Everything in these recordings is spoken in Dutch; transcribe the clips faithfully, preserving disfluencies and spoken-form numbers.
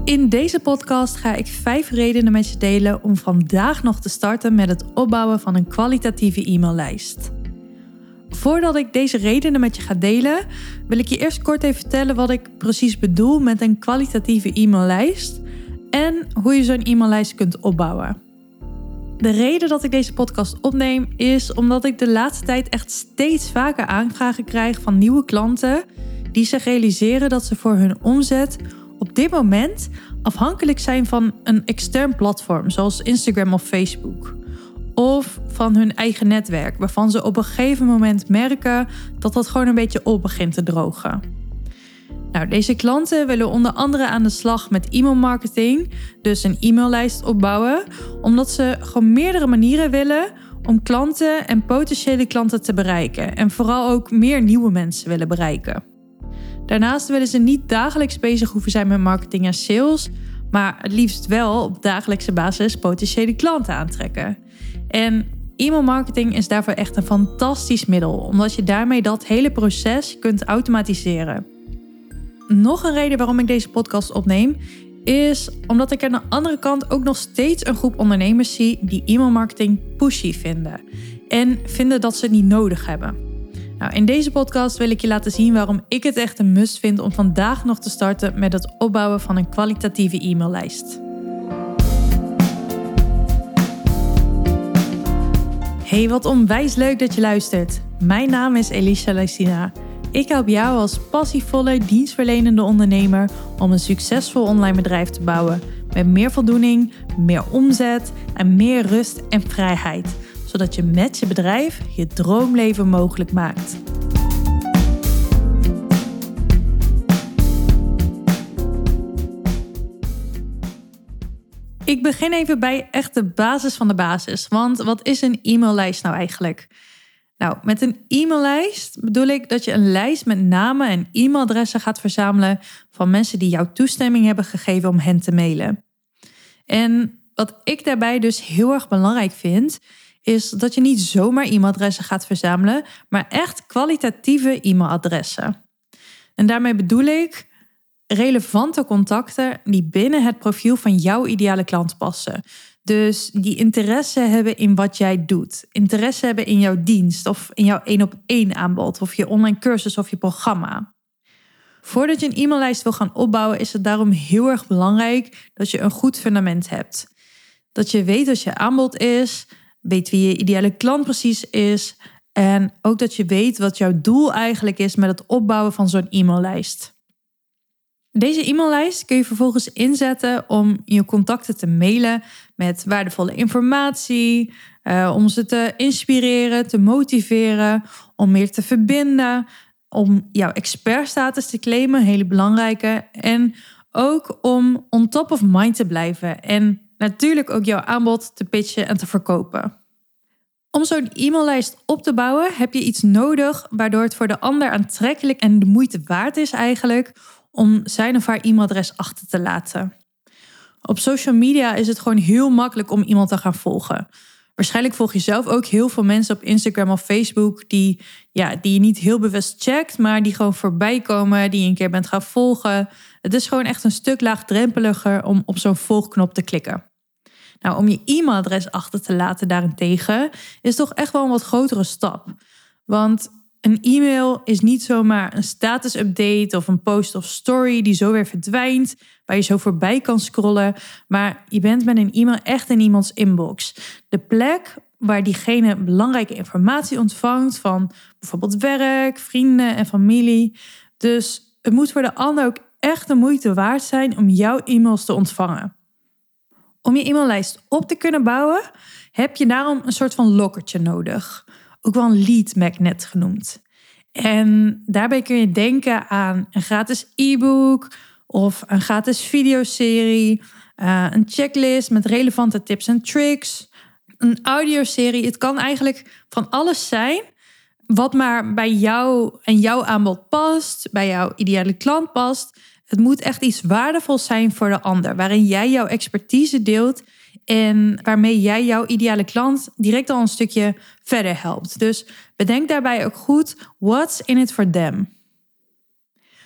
In deze podcast ga ik vijf redenen met je delen om vandaag nog te starten met het opbouwen van een kwalitatieve e-maillijst. Voordat ik deze redenen met je ga delen, wil ik je eerst kort even vertellen wat ik precies bedoel met een kwalitatieve e-maillijst en hoe je zo'n e-maillijst kunt opbouwen. De reden dat ik deze podcast opneem is omdat ik de laatste tijd echt steeds vaker aanvragen krijg van nieuwe klanten die zich realiseren dat ze voor hun omzet op dit moment afhankelijk zijn van een extern platform zoals Instagram of Facebook. Of van hun eigen netwerk, waarvan ze op een gegeven moment merken dat dat gewoon een beetje op begint te drogen. Nou, deze klanten willen onder andere aan de slag met e-mailmarketing, dus een e-maillijst opbouwen, omdat ze gewoon meerdere manieren willen om klanten en potentiële klanten te bereiken en vooral ook meer nieuwe mensen willen bereiken. Daarnaast willen ze niet dagelijks bezig hoeven zijn met marketing en sales, maar het liefst wel op dagelijkse basis potentiële klanten aantrekken. En e-mailmarketing is daarvoor echt een fantastisch middel, omdat je daarmee dat hele proces kunt automatiseren. Nog een reden waarom ik deze podcast opneem, is omdat ik aan de andere kant ook nog steeds een groep ondernemers zie die e-mailmarketing pushy vinden en vinden dat ze het niet nodig hebben. Nou, in deze podcast wil ik je laten zien waarom ik het echt een must vind om vandaag nog te starten met het opbouwen van een kwalitatieve e-maillijst. Hey, wat onwijs leuk dat je luistert. Mijn naam is Elisha Lysina. Ik help jou als passievolle, dienstverlenende ondernemer om een succesvol online bedrijf te bouwen. Met meer voldoening, meer omzet en meer rust en vrijheid. Zodat je met je bedrijf je droomleven mogelijk maakt. Ik begin even bij echt de basis van de basis. Want wat is een e-maillijst nou eigenlijk? Nou, met een e-maillijst bedoel ik dat je een lijst met namen en e-mailadressen gaat verzamelen van mensen die jouw toestemming hebben gegeven om hen te mailen. En wat ik daarbij dus heel erg belangrijk vind, is dat je niet zomaar e-mailadressen gaat verzamelen, maar echt kwalitatieve e-mailadressen. En daarmee bedoel ik relevante contacten die binnen het profiel van jouw ideale klant passen. Dus die interesse hebben in wat jij doet. Interesse hebben in jouw dienst of in jouw één op één aanbod of je online cursus of je programma. Voordat je een e-maillijst wil gaan opbouwen, is het daarom heel erg belangrijk dat je een goed fundament hebt. Dat je weet wat je aanbod is, weet wie je ideale klant precies is en ook dat je weet wat jouw doel eigenlijk is met het opbouwen van zo'n e-maillijst. Deze e-maillijst kun je vervolgens inzetten om je contacten te mailen met waardevolle informatie, uh, om ze te inspireren, te motiveren, om meer te verbinden, om jouw expertstatus te claimen, een hele belangrijke, en ook om on top of mind te blijven en natuurlijk ook jouw aanbod te pitchen en te verkopen. Om zo'n e-maillijst op te bouwen heb je iets nodig waardoor het voor de ander aantrekkelijk en de moeite waard is eigenlijk om zijn of haar e-mailadres achter te laten. Op social media is het gewoon heel makkelijk om iemand te gaan volgen. Waarschijnlijk volg je zelf ook heel veel mensen op Instagram of Facebook die, ja, die je niet heel bewust checkt, maar die gewoon voorbij komen, die je een keer bent gaan volgen. Het is gewoon echt een stuk laagdrempeliger om op zo'n volgknop te klikken. Nou, om je e-mailadres achter te laten daarentegen is toch echt wel een wat grotere stap. Want een e-mail is niet zomaar een status-update of een post of story die zo weer verdwijnt, waar je zo voorbij kan scrollen. Maar je bent met een e-mail echt in iemands inbox. De plek waar diegene belangrijke informatie ontvangt van bijvoorbeeld werk, vrienden en familie. Dus het moet voor de ander ook echt de moeite waard zijn om jouw e-mails te ontvangen. Om je e-maillijst op te kunnen bouwen, heb je daarom een soort van lokkertje nodig. Ook wel een lead magnet genoemd. En daarbij kun je denken aan een gratis e-book of een gratis videoserie, uh, een checklist met relevante tips en tricks, een audioserie. Het kan eigenlijk van alles zijn wat maar bij jou en jouw aanbod past, bij jouw ideale klant past. Het moet echt iets waardevols zijn voor de ander, waarin jij jouw expertise deelt en waarmee jij jouw ideale klant direct al een stukje verder helpt. Dus bedenk daarbij ook goed, what's in it for them?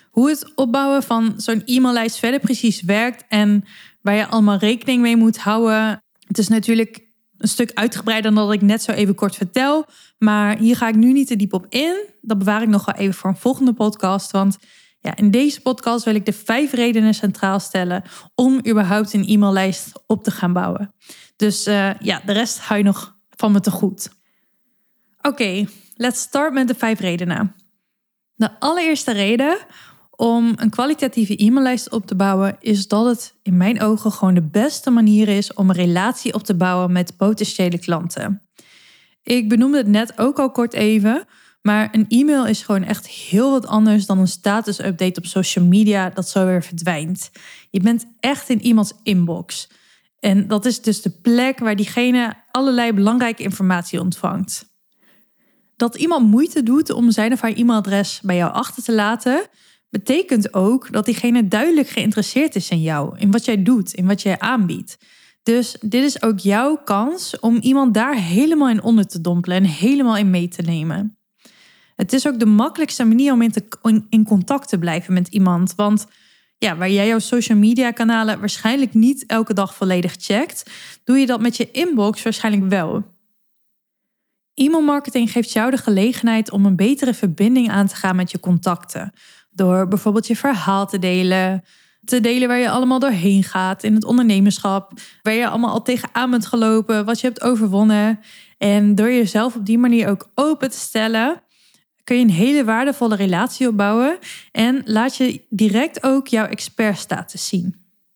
Hoe het opbouwen van zo'n e-maillijst verder precies werkt en waar je allemaal rekening mee moet houden. Het is natuurlijk een stuk uitgebreider dan dat ik net zo even kort vertel. Maar hier ga ik nu niet te diep op in. Dat bewaar ik nog wel even voor een volgende podcast. Want ja, in deze podcast wil ik de vijf redenen centraal stellen om überhaupt een e-maillijst op te gaan bouwen. Dus uh, ja, de rest hou je nog van me te goed. Oké, okay, let's start met de vijf redenen. De allereerste reden om een kwalitatieve e-maillijst op te bouwen is dat het in mijn ogen gewoon de beste manier is om een relatie op te bouwen met potentiële klanten. Ik benoemde het net ook al kort even, maar een e-mail is gewoon echt heel wat anders dan een status-update op social media dat zo weer verdwijnt. Je bent echt in iemands inbox. En dat is dus de plek waar diegene allerlei belangrijke informatie ontvangt. Dat iemand moeite doet om zijn of haar e-mailadres bij jou achter te laten, betekent ook dat diegene duidelijk geïnteresseerd is in jou, in wat jij doet, in wat jij aanbiedt. Dus dit is ook jouw kans om iemand daar helemaal in onder te dompelen en helemaal in mee te nemen. Het is ook de makkelijkste manier om in, te, in contact te blijven met iemand. Want ja, waar jij jouw social media kanalen waarschijnlijk niet elke dag volledig checkt, doe je dat met je inbox waarschijnlijk wel. E-mailmarketing geeft jou de gelegenheid om een betere verbinding aan te gaan met je contacten. Door bijvoorbeeld je verhaal te delen, te delen waar je allemaal doorheen gaat in het ondernemerschap, waar je allemaal al tegenaan bent gelopen, wat je hebt overwonnen. En door jezelf op die manier ook open te stellen, kun je een hele waardevolle relatie opbouwen en laat je direct ook jouw expertstatus zien.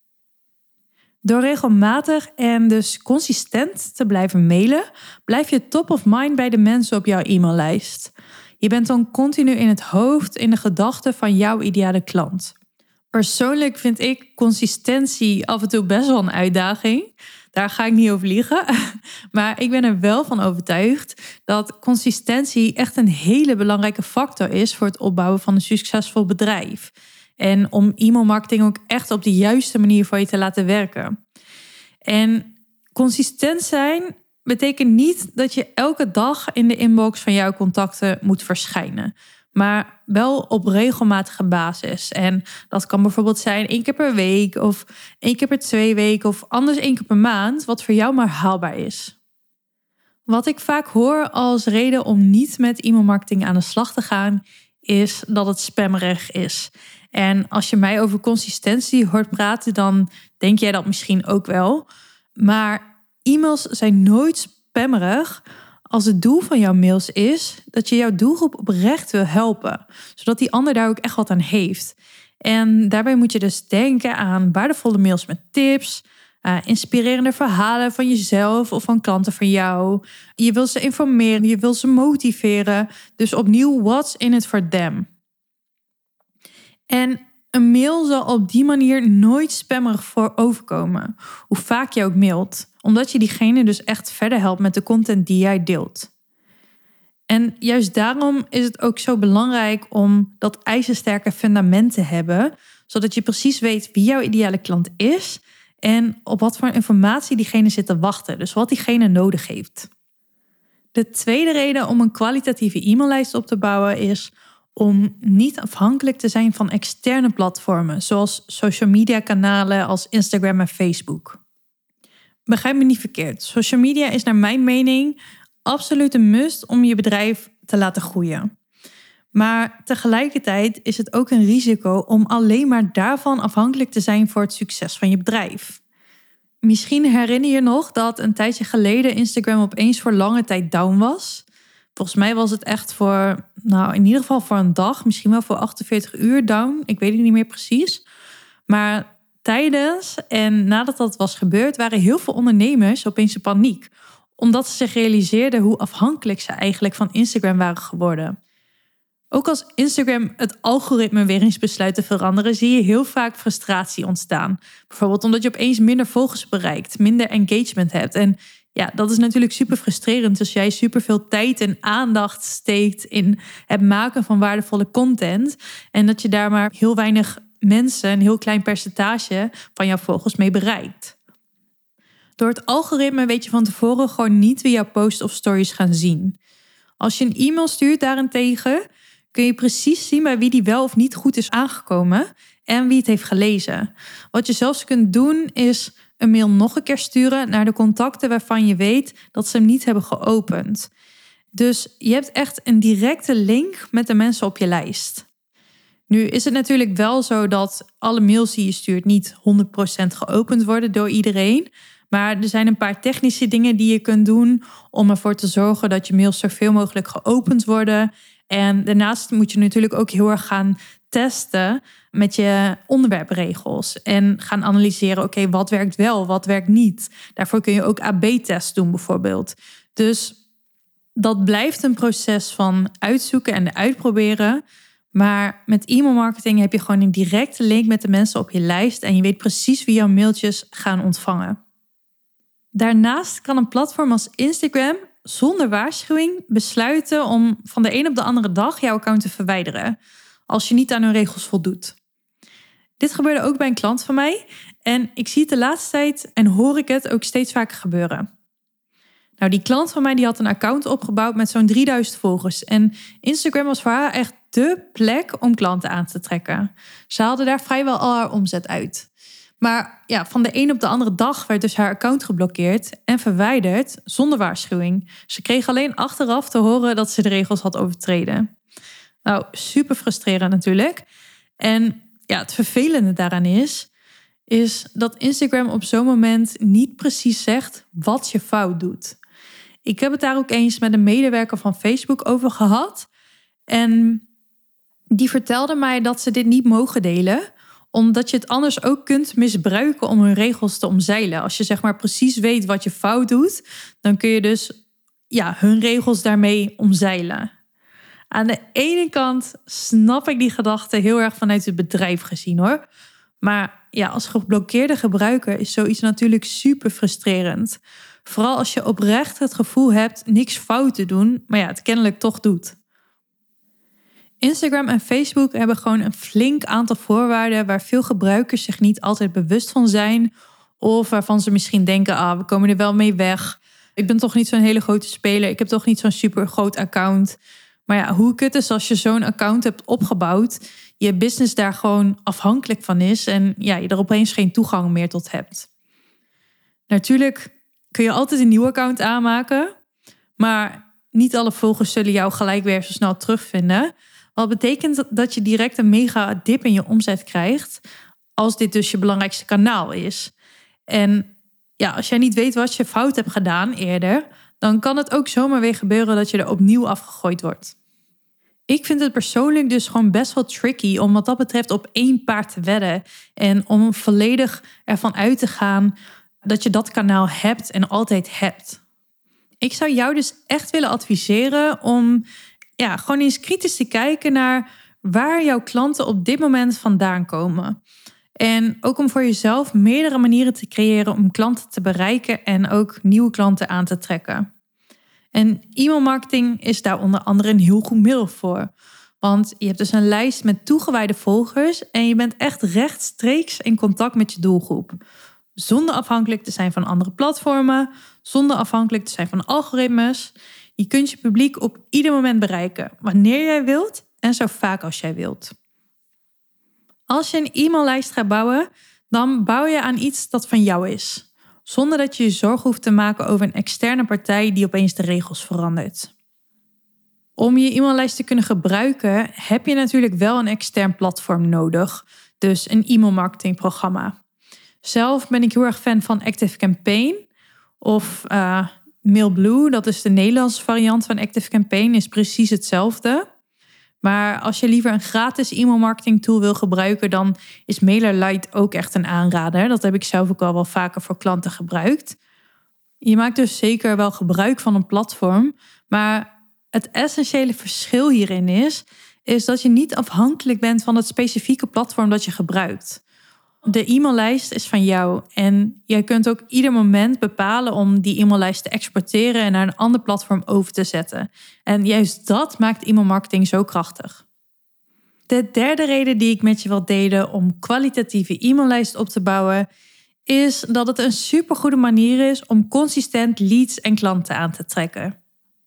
Door regelmatig en dus consistent te blijven mailen, blijf je top of mind bij de mensen op jouw e-maillijst. Je bent dan continu in het hoofd, in de gedachten van jouw ideale klant. Persoonlijk vind ik consistentie af en toe best wel een uitdaging. Daar ga ik niet over liegen. Maar ik ben er wel van overtuigd dat consistentie echt een hele belangrijke factor is voor het opbouwen van een succesvol bedrijf. En om e-mailmarketing ook echt op de juiste manier voor je te laten werken. En consistent zijn betekent niet dat je elke dag in de inbox van jouw contacten moet verschijnen. Maar wel op regelmatige basis. En dat kan bijvoorbeeld zijn één keer per week of één keer per twee weken of anders één keer per maand, wat voor jou maar haalbaar is. Wat ik vaak hoor als reden om niet met e-mailmarketing aan de slag te gaan, is dat het spammerig is. En als je mij over consistentie hoort praten, dan denk jij dat misschien ook wel. Maar e-mails zijn nooit spammerig als het doel van jouw mails is dat je jouw doelgroep oprecht wil helpen, zodat die ander daar ook echt wat aan heeft. En daarbij moet je dus denken aan waardevolle mails met tips, uh, inspirerende verhalen van jezelf of van klanten van jou. Je wil ze informeren, je wil ze motiveren. Dus opnieuw, what's in it for them? En een mail zal op die manier nooit spammerig voor overkomen, hoe vaak je ook mailt, omdat je diegene dus echt verder helpt met de content die jij deelt. En juist daarom is het ook zo belangrijk om dat ijzersterke fundament te hebben, zodat je precies weet wie jouw ideale klant is en op wat voor informatie diegene zit te wachten, dus wat diegene nodig heeft. De tweede reden om een kwalitatieve e-maillijst op te bouwen is om niet afhankelijk te zijn van externe platformen, zoals social media kanalen als Instagram en Facebook. Begrijp me niet verkeerd. Social media is naar mijn mening absoluut een must om je bedrijf te laten groeien. Maar tegelijkertijd is het ook een risico om alleen maar daarvan afhankelijk te zijn voor het succes van je bedrijf. Misschien herinner je nog dat een tijdje geleden Instagram opeens voor lange tijd down was. Volgens mij was het echt voor, nou in ieder geval voor een dag, misschien wel voor achtenveertig uur down. Ik weet het niet meer precies. Maar tijdens en nadat dat was gebeurd, waren heel veel ondernemers opeens in paniek. Omdat ze zich realiseerden hoe afhankelijk ze eigenlijk van Instagram waren geworden. Ook als Instagram het algoritme weer eens besluit te veranderen, zie je heel vaak frustratie ontstaan. Bijvoorbeeld omdat je opeens minder volgers bereikt, minder engagement hebt. En ja, dat is natuurlijk super frustrerend als jij super veel tijd en aandacht steekt in het maken van waardevolle content. En dat je daar maar heel weinig mensen, een heel klein percentage van jouw volgers mee bereikt. Door het algoritme weet je van tevoren gewoon niet wie jouw posts of stories gaan zien. Als je een e-mail stuurt daarentegen, kun je precies zien bij wie die wel of niet goed is aangekomen en wie het heeft gelezen. Wat je zelfs kunt doen is een mail nog een keer sturen naar de contacten waarvan je weet dat ze hem niet hebben geopend. Dus je hebt echt een directe link met de mensen op je lijst. Nu is het natuurlijk wel zo dat alle mails die je stuurt niet honderd procent geopend worden door iedereen. Maar er zijn een paar technische dingen die je kunt doen om ervoor te zorgen dat je mails zoveel mogelijk geopend worden. En daarnaast moet je natuurlijk ook heel erg gaan testen met je onderwerpregels. En gaan analyseren, oké, okay, wat werkt wel, wat werkt niet. Daarvoor kun je ook A B-tests doen bijvoorbeeld. Dus dat blijft een proces van uitzoeken en uitproberen. Maar met e-mailmarketing heb je gewoon een directe link met de mensen op je lijst. En je weet precies wie jouw mailtjes gaan ontvangen. Daarnaast kan een platform als Instagram zonder waarschuwing besluiten om van de een op de andere dag jouw account te verwijderen. Als je niet aan hun regels voldoet. Dit gebeurde ook bij een klant van mij. En ik zie het de laatste tijd en hoor ik het ook steeds vaker gebeuren. Nou, die klant van mij die had een account opgebouwd met zo'n drieduizend volgers. En Instagram was voor haar echt dé plek om klanten aan te trekken. Ze haalde daar vrijwel al haar omzet uit. Maar ja, van de een op de andere dag werd dus haar account geblokkeerd en verwijderd zonder waarschuwing. Ze kreeg alleen achteraf te horen dat ze de regels had overtreden. Nou, super frustrerend natuurlijk. En ja, het vervelende daaraan is, is dat Instagram op zo'n moment niet precies zegt wat je fout doet. Ik heb het daar ook eens met een medewerker van Facebook over gehad. En die vertelde mij dat ze dit niet mogen delen, omdat je het anders ook kunt misbruiken om hun regels te omzeilen. Als je zeg maar precies weet wat je fout doet, dan kun je dus ja, hun regels daarmee omzeilen. Aan de ene kant snap ik die gedachte heel erg vanuit het bedrijf gezien hoor. Maar ja, als geblokkeerde gebruiker is zoiets natuurlijk super frustrerend. Vooral als je oprecht het gevoel hebt niks fout te doen, maar ja, het kennelijk toch doet. Instagram en Facebook hebben gewoon een flink aantal voorwaarden waar veel gebruikers zich niet altijd bewust van zijn. Of waarvan ze misschien denken, ah, we komen er wel mee weg. Ik ben toch niet zo'n hele grote speler. Ik heb toch niet zo'n super groot account. Maar ja, hoe kut is als je zo'n account hebt opgebouwd, je business daar gewoon afhankelijk van is en ja, je er opeens geen toegang meer tot hebt. Natuurlijk kun je altijd een nieuw account aanmaken, maar niet alle volgers zullen jou gelijk weer zo snel terugvinden. Wat betekent dat je direct een mega dip in je omzet krijgt, als dit dus je belangrijkste kanaal is. En ja, als jij niet weet wat je fout hebt gedaan eerder, dan kan het ook zomaar weer gebeuren dat je er opnieuw afgegooid wordt. Ik vind het persoonlijk dus gewoon best wel tricky om wat dat betreft op één paard te wedden. En om volledig ervan uit te gaan dat je dat kanaal hebt en altijd hebt. Ik zou jou dus echt willen adviseren om ja, gewoon eens kritisch te kijken naar waar jouw klanten op dit moment vandaan komen. En ook om voor jezelf meerdere manieren te creëren om klanten te bereiken en ook nieuwe klanten aan te trekken. En e-mailmarketing is daar onder andere een heel goed middel voor. Want je hebt dus een lijst met toegewijde volgers en je bent echt rechtstreeks in contact met je doelgroep. Zonder afhankelijk te zijn van andere platformen, zonder afhankelijk te zijn van algoritmes. Je kunt je publiek op ieder moment bereiken, wanneer jij wilt en zo vaak als jij wilt. Als je een e-maillijst gaat bouwen, dan bouw je aan iets dat van jou is. Zonder dat je je zorgen hoeft te maken over een externe partij die opeens de regels verandert. Om je e-maillijst te kunnen gebruiken, heb je natuurlijk wel een extern platform nodig. Dus een e-mailmarketingprogramma. Zelf ben ik heel erg fan van ActiveCampaign of uh, Mailblue. Dat is de Nederlandse variant van ActiveCampaign, is precies hetzelfde. Maar als je liever een gratis e-mailmarketing tool wil gebruiken, dan is MailerLite ook echt een aanrader. Dat heb ik zelf ook al wel vaker voor klanten gebruikt. Je maakt dus zeker wel gebruik van een platform. Maar het essentiële verschil hierin is, is dat je niet afhankelijk bent van het specifieke platform dat je gebruikt. De e-maillijst is van jou en jij kunt ook ieder moment bepalen om die e-maillijst te exporteren en naar een ander platform over te zetten. En juist dat maakt e-mailmarketing zo krachtig. De derde reden die ik met je wil delen om kwalitatieve e-maillijst op te bouwen, is dat het een supergoede manier is om consistent leads en klanten aan te trekken.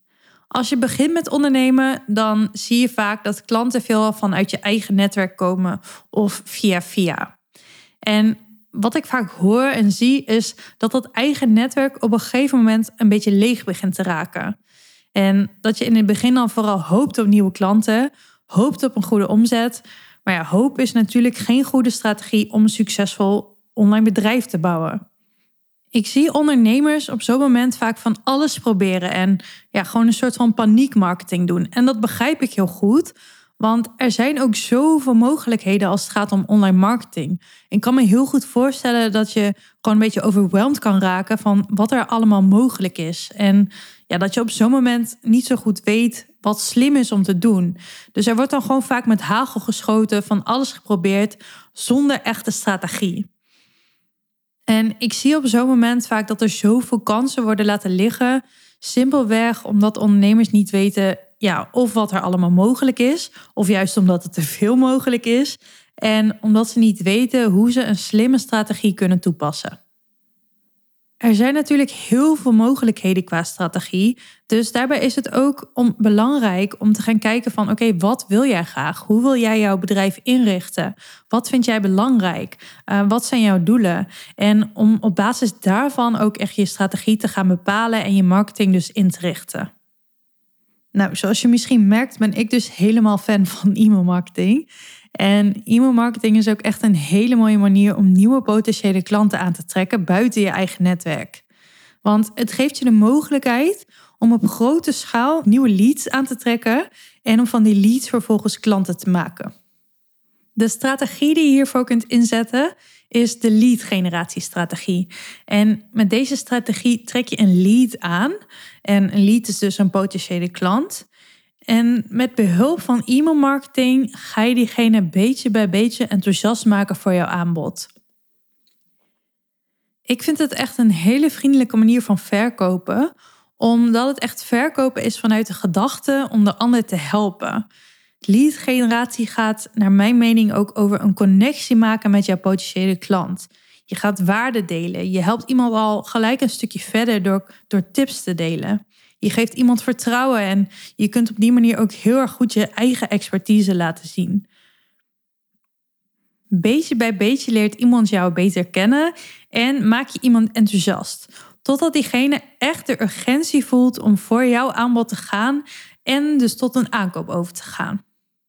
Als je begint met ondernemen, dan zie je vaak dat klanten veel vanuit je eigen netwerk komen of via via. En wat ik vaak hoor en zie is dat dat eigen netwerk op een gegeven moment een beetje leeg begint te raken. En dat je in het begin dan vooral hoopt op nieuwe klanten, hoopt op een goede omzet. Maar ja, hoop is natuurlijk geen goede strategie om een succesvol online bedrijf te bouwen. Ik zie ondernemers op zo'n moment vaak van alles proberen en ja, gewoon een soort van paniekmarketing doen. En dat begrijp ik heel goed, want er zijn ook zoveel mogelijkheden als het gaat om online marketing. Ik kan me heel goed voorstellen dat je gewoon een beetje overweldigd kan raken van wat er allemaal mogelijk is. En ja, dat je op zo'n moment niet zo goed weet wat slim is om te doen. Dus er wordt dan gewoon vaak met hagel geschoten, van alles geprobeerd, zonder echte strategie. En ik zie op zo'n moment vaak dat er zoveel kansen worden laten liggen, simpelweg omdat ondernemers niet weten ja, of wat er allemaal mogelijk is, of juist omdat het te veel mogelijk is, en omdat ze niet weten hoe ze een slimme strategie kunnen toepassen. Er zijn natuurlijk heel veel mogelijkheden qua strategie, dus daarbij is het ook om, belangrijk om te gaan kijken van oké, okay, wat wil jij graag? Hoe wil jij jouw bedrijf inrichten? Wat vind jij belangrijk? Uh, wat zijn jouw doelen? En om op basis daarvan ook echt je strategie te gaan bepalen en je marketing dus in te richten. Nou, zoals je misschien merkt ben ik dus helemaal fan van e-mailmarketing. En e-mailmarketing is ook echt een hele mooie manier om nieuwe potentiële klanten aan te trekken buiten je eigen netwerk. Want het geeft je de mogelijkheid om op grote schaal nieuwe leads aan te trekken en om van die leads vervolgens klanten te maken. De strategie die je hiervoor kunt inzetten is de lead generatiestrategie. En met deze strategie trek je een lead aan. En een lead is dus een potentiële klant. En met behulp van e-mailmarketing ga je diegene beetje bij beetje enthousiast maken voor jouw aanbod. Ik vind het echt een hele vriendelijke manier van verkopen, omdat het echt verkopen is vanuit de gedachte om de ander te helpen. Lead generatie gaat naar mijn mening ook over een connectie maken met jouw potentiële klant. Je gaat waarde delen. Je helpt iemand al gelijk een stukje verder door, door tips te delen. Je geeft iemand vertrouwen en je kunt op die manier ook heel erg goed je eigen expertise laten zien. Beetje bij beetje leert iemand jou beter kennen en maak je iemand enthousiast. Totdat diegene echt de urgentie voelt om voor jouw aanbod te gaan en dus tot een aankoop over te gaan.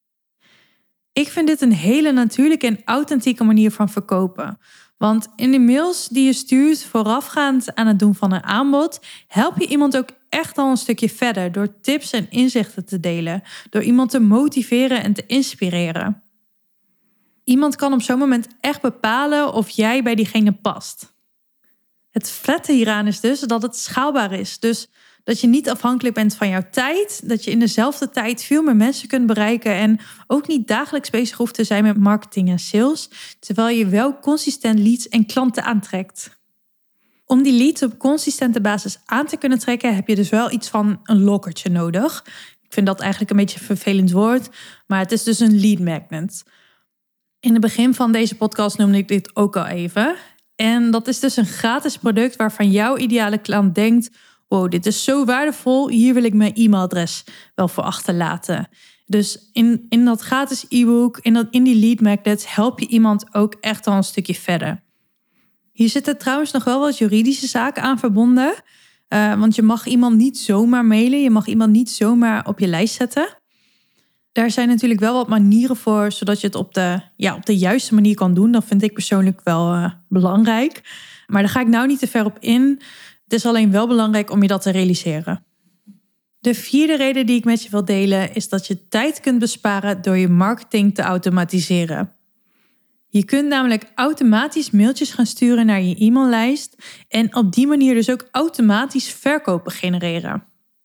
Ik vind dit een hele natuurlijke en authentieke manier van verkopen. Want in de mails die je stuurt voorafgaand aan het doen van een aanbod, help je iemand ook echt al een stukje verder door tips en inzichten te delen, door iemand te motiveren en te inspireren. Iemand kan op zo'n moment echt bepalen of jij bij diegene past. Het vette hieraan is dus dat het schaalbaar is. Dus dat je niet afhankelijk bent van jouw tijd. Dat je in dezelfde tijd veel meer mensen kunt bereiken. En ook niet dagelijks bezig hoeft te zijn met marketing en sales. Terwijl je wel consistent leads en klanten aantrekt. Om die leads op consistente basis aan te kunnen trekken, heb je dus wel iets van een lokkertje nodig. Ik vind dat eigenlijk een beetje een vervelend woord. Maar het is dus een lead magnet. In het begin van deze podcast noemde ik dit ook al even. En dat is dus een gratis product waarvan jouw ideale klant denkt: wow, dit is zo waardevol, hier wil ik mijn e-mailadres wel voor achterlaten. Dus in, in dat gratis e-book, in, dat, in die lead magnets, help je iemand ook echt al een stukje verder. Hier zitten trouwens nog wel wat juridische zaken aan verbonden. Uh, want je mag iemand niet zomaar mailen, je mag iemand niet zomaar op je lijst zetten. Daar zijn natuurlijk wel wat manieren voor, zodat je het op de, ja, op de juiste manier kan doen. Dat vind ik persoonlijk wel uh, belangrijk. Maar daar ga ik nou niet te ver op in. Het is alleen wel belangrijk om je dat te realiseren. De vierde reden die ik met je wil delen is dat je tijd kunt besparen door je marketing te automatiseren. Je kunt namelijk automatisch mailtjes gaan sturen naar je e-maillijst en op die manier dus ook automatisch verkopen genereren.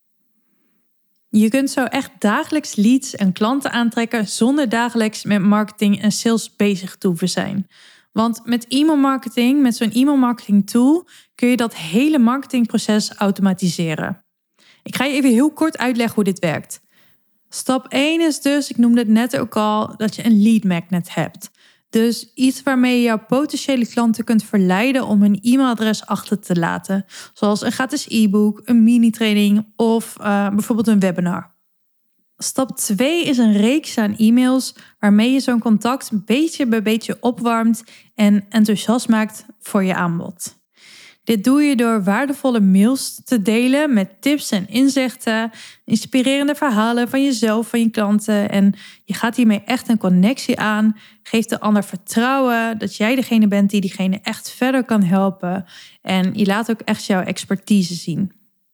Je kunt zo echt dagelijks leads en klanten aantrekken zonder dagelijks met marketing en sales bezig te hoeven zijn. Want met e-mailmarketing, met zo'n e-mailmarketing tool, kun je dat hele marketingproces automatiseren. Ik ga je even heel kort uitleggen hoe dit werkt. Stap één is dus, ik noemde het net ook al, dat je een lead magnet hebt. Dus iets waarmee je jouw potentiële klanten kunt verleiden om hun e-mailadres achter te laten. Zoals een gratis e-book, een mini-training of uh, bijvoorbeeld een webinar. Stap twee is een reeks aan e-mails waarmee je zo'n contact beetje bij beetje opwarmt en enthousiast maakt voor je aanbod. Dit doe je door waardevolle mails te delen met tips en inzichten, inspirerende verhalen van jezelf, van je klanten. En je gaat hiermee echt een connectie aan, geeft de ander vertrouwen dat jij degene bent die diegene echt verder kan helpen. En je laat ook echt jouw expertise zien.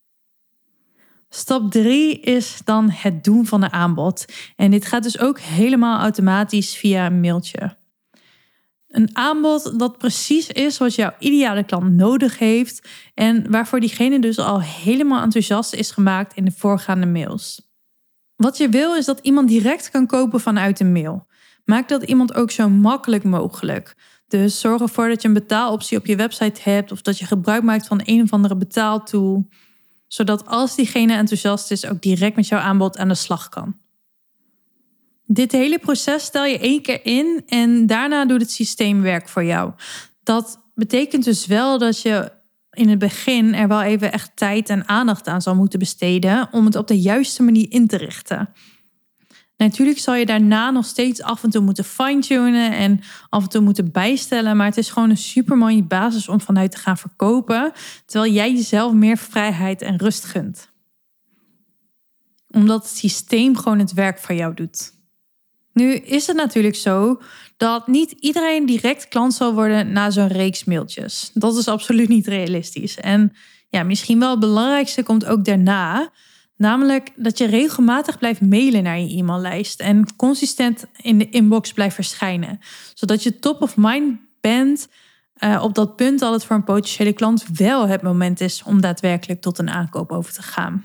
Stap drie is dan het doen van een aanbod. En dit gaat dus ook helemaal automatisch via een mailtje. Een aanbod dat precies is wat jouw ideale klant nodig heeft en waarvoor diegene dus al helemaal enthousiast is gemaakt in de voorgaande mails. Wat je wil is dat iemand direct kan kopen vanuit een mail. Maak dat iemand ook zo makkelijk mogelijk. Dus zorg ervoor dat je een betaaloptie op je website hebt of dat je gebruik maakt van een of andere betaaltool, zodat als diegene enthousiast is ook direct met jouw aanbod aan de slag kan. Dit hele proces stel je één keer in en daarna doet het systeem werk voor jou. Dat betekent dus wel dat je in het begin er wel even echt tijd en aandacht aan zal moeten besteden om het op de juiste manier in te richten. Natuurlijk zal je daarna nog steeds af en toe moeten fine-tunen en af en toe moeten bijstellen, maar het is gewoon een super mooie basis om vanuit te gaan verkopen, terwijl jij jezelf meer vrijheid en rust gunt. Omdat het systeem gewoon het werk voor jou doet. Nu is het natuurlijk zo dat niet iedereen direct klant zal worden na zo'n reeks mailtjes. Dat is absoluut niet realistisch. En ja, misschien wel het belangrijkste komt ook daarna. Namelijk dat je regelmatig blijft mailen naar je e-maillijst en consistent in de inbox blijft verschijnen. Zodat je top of mind bent uh, op dat punt dat het voor een potentiële klant wel het moment is om daadwerkelijk tot een aankoop over te gaan.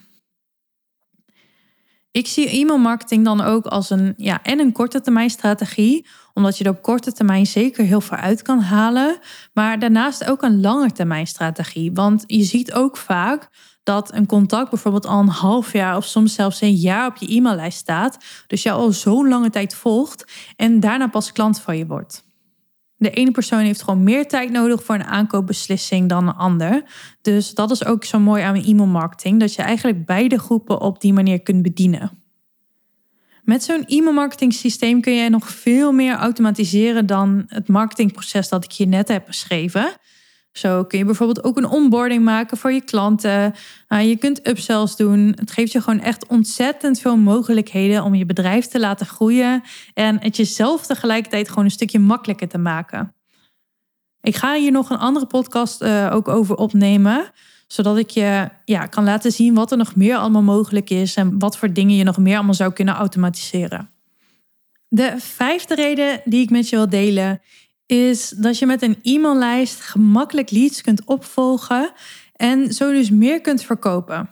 Ik zie e-mailmarketing dan ook als een, ja, en een korte termijn strategie, omdat je er op korte termijn zeker heel veel uit kan halen. Maar daarnaast ook een lange termijn strategie. Want je ziet ook vaak dat een contact bijvoorbeeld al een half jaar of soms zelfs een jaar op je e-maillijst staat. Dus jou al zo'n lange tijd volgt en daarna pas klant van je wordt. De ene persoon heeft gewoon meer tijd nodig voor een aankoopbeslissing dan een ander. Dus dat is ook zo mooi aan e-mailmarketing, dat je eigenlijk beide groepen op die manier kunt bedienen. Met zo'n e-mailmarketing systeem kun je nog veel meer automatiseren dan het marketingproces dat ik je net heb beschreven. Zo kun je bijvoorbeeld ook een onboarding maken voor je klanten. Uh, je kunt upsells doen. Het geeft je gewoon echt ontzettend veel mogelijkheden om je bedrijf te laten groeien en het jezelf tegelijkertijd gewoon een stukje makkelijker te maken. Ik ga hier nog een andere podcast uh, ook over opnemen, zodat ik je ja, kan laten zien wat er nog meer allemaal mogelijk is en wat voor dingen je nog meer allemaal zou kunnen automatiseren. De vijfde reden die ik met je wil delen is dat je met een e-maillijst gemakkelijk leads kunt opvolgen en zo dus meer kunt verkopen.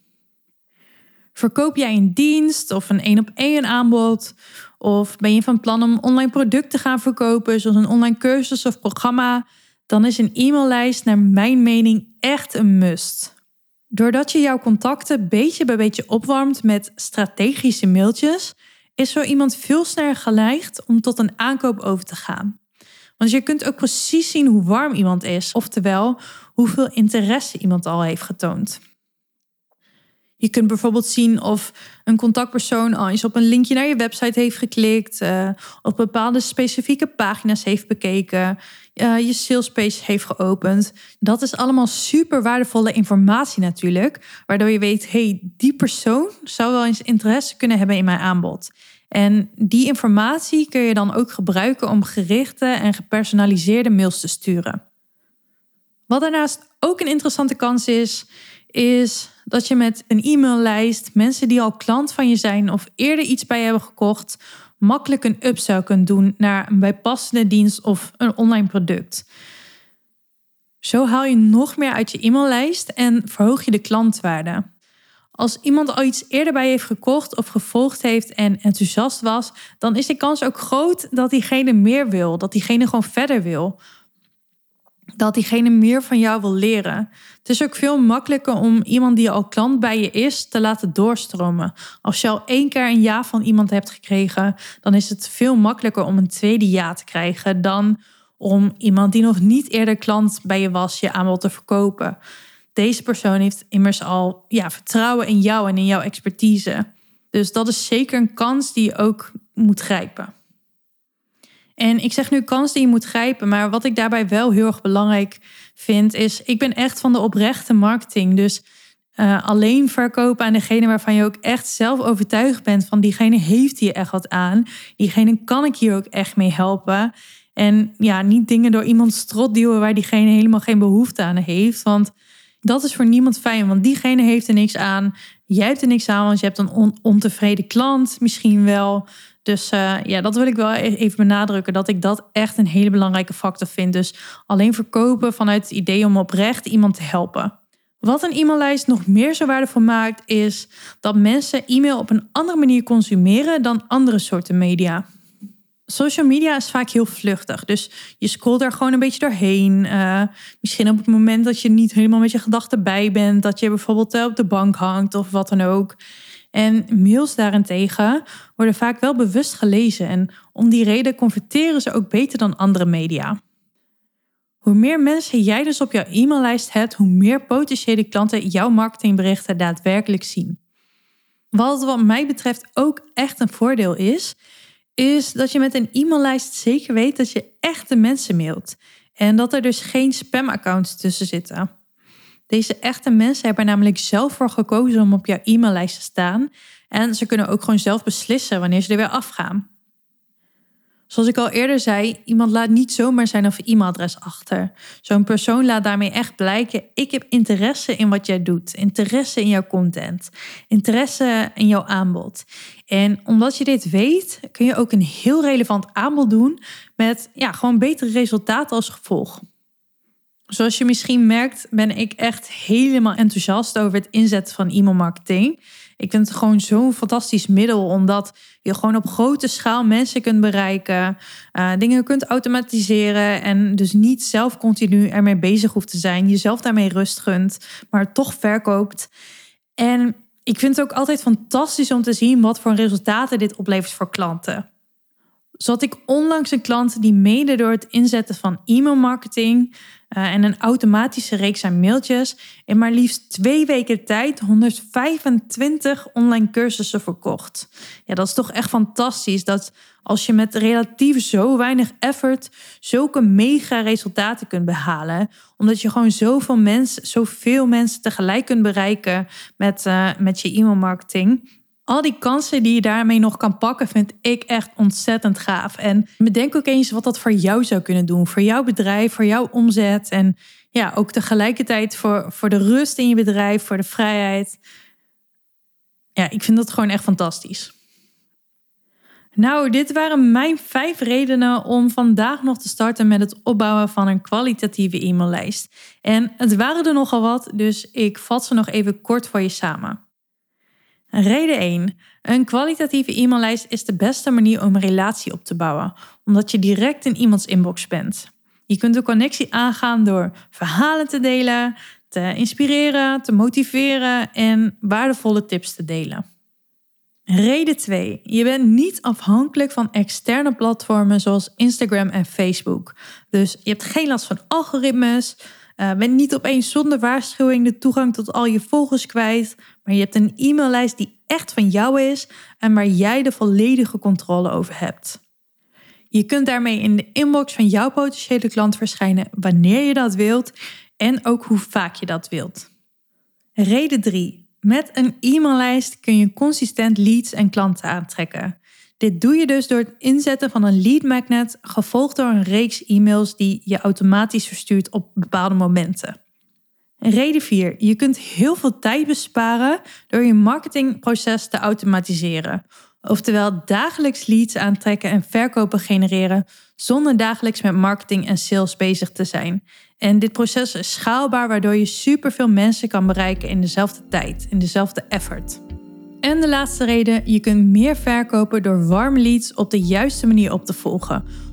Verkoop jij een dienst of een één op één aanbod? Of ben je van plan om online producten te gaan verkopen, zoals een online cursus of programma? Dan is een e-maillijst naar mijn mening echt een must. Doordat je jouw contacten beetje bij beetje opwarmt met strategische mailtjes, is zo iemand veel sneller geneigd om tot een aankoop over te gaan. Want je kunt ook precies zien hoe warm iemand is, oftewel hoeveel interesse iemand al heeft getoond. Je kunt bijvoorbeeld zien of een contactpersoon al eens op een linkje naar je website heeft geklikt, uh, of bepaalde specifieke pagina's heeft bekeken, uh, je salespage heeft geopend. Dat is allemaal super waardevolle informatie natuurlijk, waardoor je weet, hey, die persoon zou wel eens interesse kunnen hebben in mijn aanbod. En die informatie kun je dan ook gebruiken om gerichte en gepersonaliseerde mails te sturen. Wat daarnaast ook een interessante kans is, is dat je met een e-maillijst mensen die al klant van je zijn of eerder iets bij je hebben gekocht, makkelijk een upsell kunt doen naar een bijpassende dienst of een online product. Zo haal je nog meer uit je e-maillijst en verhoog je de klantwaarde. Als iemand al iets eerder bij je heeft gekocht of gevolgd heeft en enthousiast was, dan is de kans ook groot dat diegene meer wil, dat diegene gewoon verder wil. dat diegene meer van jou wil leren. Het is ook veel makkelijker om iemand die al klant bij je is te laten doorstromen. Als je al één keer een ja van iemand hebt gekregen, dan is het veel makkelijker om een tweede ja te krijgen dan om iemand die nog niet eerder klant bij je was je aanbod te verkopen. Deze persoon heeft immers al ja, vertrouwen in jou en in jouw expertise. Dus dat is zeker een kans die je ook moet grijpen. En ik zeg nu kans die je moet grijpen, maar wat ik daarbij wel heel erg belangrijk vind is, ik ben echt van de oprechte marketing. Dus uh, alleen verkopen aan degene waarvan je ook echt zelf overtuigd bent van diegene heeft hier echt wat aan. Diegene kan ik hier ook echt mee helpen. En ja, niet dingen door iemands strot duwen waar diegene helemaal geen behoefte aan heeft. Want dat is voor niemand fijn, want diegene heeft er niks aan. Jij hebt er niks aan, want je hebt een on- ontevreden klant misschien wel. Dus uh, ja, dat wil ik wel even benadrukken, dat ik dat echt een hele belangrijke factor vind. Dus alleen verkopen vanuit het idee om oprecht iemand te helpen. Wat een e-maillijst nog meer zo waardevol maakt, is dat mensen e-mail op een andere manier consumeren dan andere soorten media. Social media is vaak heel vluchtig, dus je scrolt er gewoon een beetje doorheen. Uh, misschien op het moment dat je niet helemaal met je gedachten bij bent, dat je bijvoorbeeld op de bank hangt of wat dan ook. En mails daarentegen worden vaak wel bewust gelezen en om die reden converteren ze ook beter dan andere media. Hoe meer mensen jij dus op jouw e-maillijst hebt, hoe meer potentiële klanten jouw marketingberichten daadwerkelijk zien. Wat wat mij betreft ook echt een voordeel is, is dat je met een e-maillijst zeker weet dat je echte mensen mailt. En dat er dus geen spamaccounts tussen zitten. Deze echte mensen hebben er namelijk zelf voor gekozen om op jouw e-maillijst te staan. En ze kunnen ook gewoon zelf beslissen wanneer ze er weer afgaan. Zoals ik al eerder zei, iemand laat niet zomaar zijn of e-mailadres achter. Zo'n persoon laat daarmee echt blijken, ik heb interesse in wat jij doet. Interesse in jouw content. Interesse in jouw aanbod. En omdat je dit weet, kun je ook een heel relevant aanbod doen met ja, gewoon betere resultaten als gevolg. Zoals je misschien merkt, ben ik echt helemaal enthousiast over het inzetten van e-mailmarketing. Ik vind het gewoon zo'n fantastisch middel, omdat je gewoon op grote schaal mensen kunt bereiken, uh, dingen kunt automatiseren en dus niet zelf continu ermee bezig hoeft te zijn. Jezelf daarmee rust gunt, maar toch verkoopt. En ik vind het ook altijd fantastisch om te zien wat voor resultaten dit oplevert voor klanten. Zo had ik onlangs een klant die mede door het inzetten van e-mailmarketing uh, en een automatische reeks aan mailtjes in maar liefst twee weken tijd honderdvijfentwintig online cursussen verkocht. Ja, dat is toch echt fantastisch dat als je met relatief zo weinig effort zulke mega resultaten kunt behalen, omdat je gewoon zoveel mensen, zoveel mensen tegelijk kunt bereiken met, uh, met je e-mailmarketing. Al die kansen die je daarmee nog kan pakken, vind ik echt ontzettend gaaf. En bedenk ook eens wat dat voor jou zou kunnen doen. Voor jouw bedrijf, voor jouw omzet. En ja, ook tegelijkertijd voor, voor de rust in je bedrijf, voor de vrijheid. Ja, ik vind dat gewoon echt fantastisch. Nou, dit waren mijn vijf redenen om vandaag nog te starten met het opbouwen van een kwalitatieve e-maillijst. En het waren er nogal wat, dus ik vat ze nog even kort voor je samen. Reden één. Een kwalitatieve e-maillijst is de beste manier om een relatie op te bouwen, omdat je direct in iemands inbox bent. Je kunt de connectie aangaan door verhalen te delen, te inspireren, te motiveren en waardevolle tips te delen. Reden twee. Je bent niet afhankelijk van externe platformen zoals Instagram en Facebook. Dus je hebt geen last van algoritmes, uh, bent niet opeens zonder waarschuwing de toegang tot al je volgers kwijt, maar je hebt een e-maillijst die echt van jou is en waar jij de volledige controle over hebt. Je kunt daarmee in de inbox van jouw potentiële klant verschijnen wanneer je dat wilt en ook hoe vaak je dat wilt. Reden drie. Met een e-maillijst kun je consistent leads en klanten aantrekken. Dit doe je dus door het inzetten van een lead magnet, gevolgd door een reeks e-mails die je automatisch verstuurt op bepaalde momenten. Reden vier. Je kunt heel veel tijd besparen door je marketingproces te automatiseren. Oftewel dagelijks leads aantrekken en verkopen genereren zonder dagelijks met marketing en sales bezig te zijn. En dit proces is schaalbaar waardoor je superveel mensen kan bereiken in dezelfde tijd, in dezelfde effort. En de laatste reden, je kunt meer verkopen door warme leads op de juiste manier op te volgen.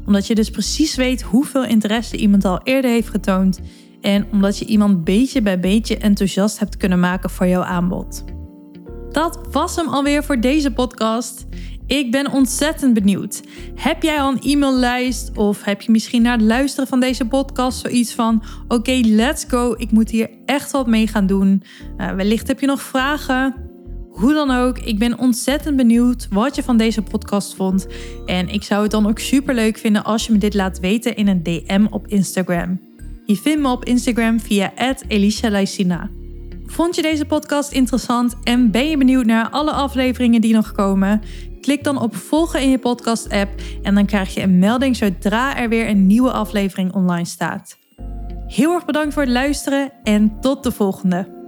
Omdat je dus precies weet hoeveel interesse iemand al eerder heeft getoond. En omdat je iemand beetje bij beetje enthousiast hebt kunnen maken voor jouw aanbod. Dat was hem alweer voor deze podcast. Ik ben ontzettend benieuwd. Heb jij al een e-maillijst of heb je misschien na het luisteren van deze podcast zoiets van oké, okay, let's go, ik moet hier echt wat mee gaan doen. Uh, wellicht heb je nog vragen. Hoe dan ook, ik ben ontzettend benieuwd wat je van deze podcast vond. En ik zou het dan ook super leuk vinden als je me dit laat weten in een D M op Instagram. Je vindt me op Instagram via at Elisha Leisina. Vond je deze podcast interessant en ben je benieuwd naar alle afleveringen die nog komen? Klik dan op volgen in je podcast-app en dan krijg je een melding zodra er weer een nieuwe aflevering online staat. Heel erg bedankt voor het luisteren en tot de volgende.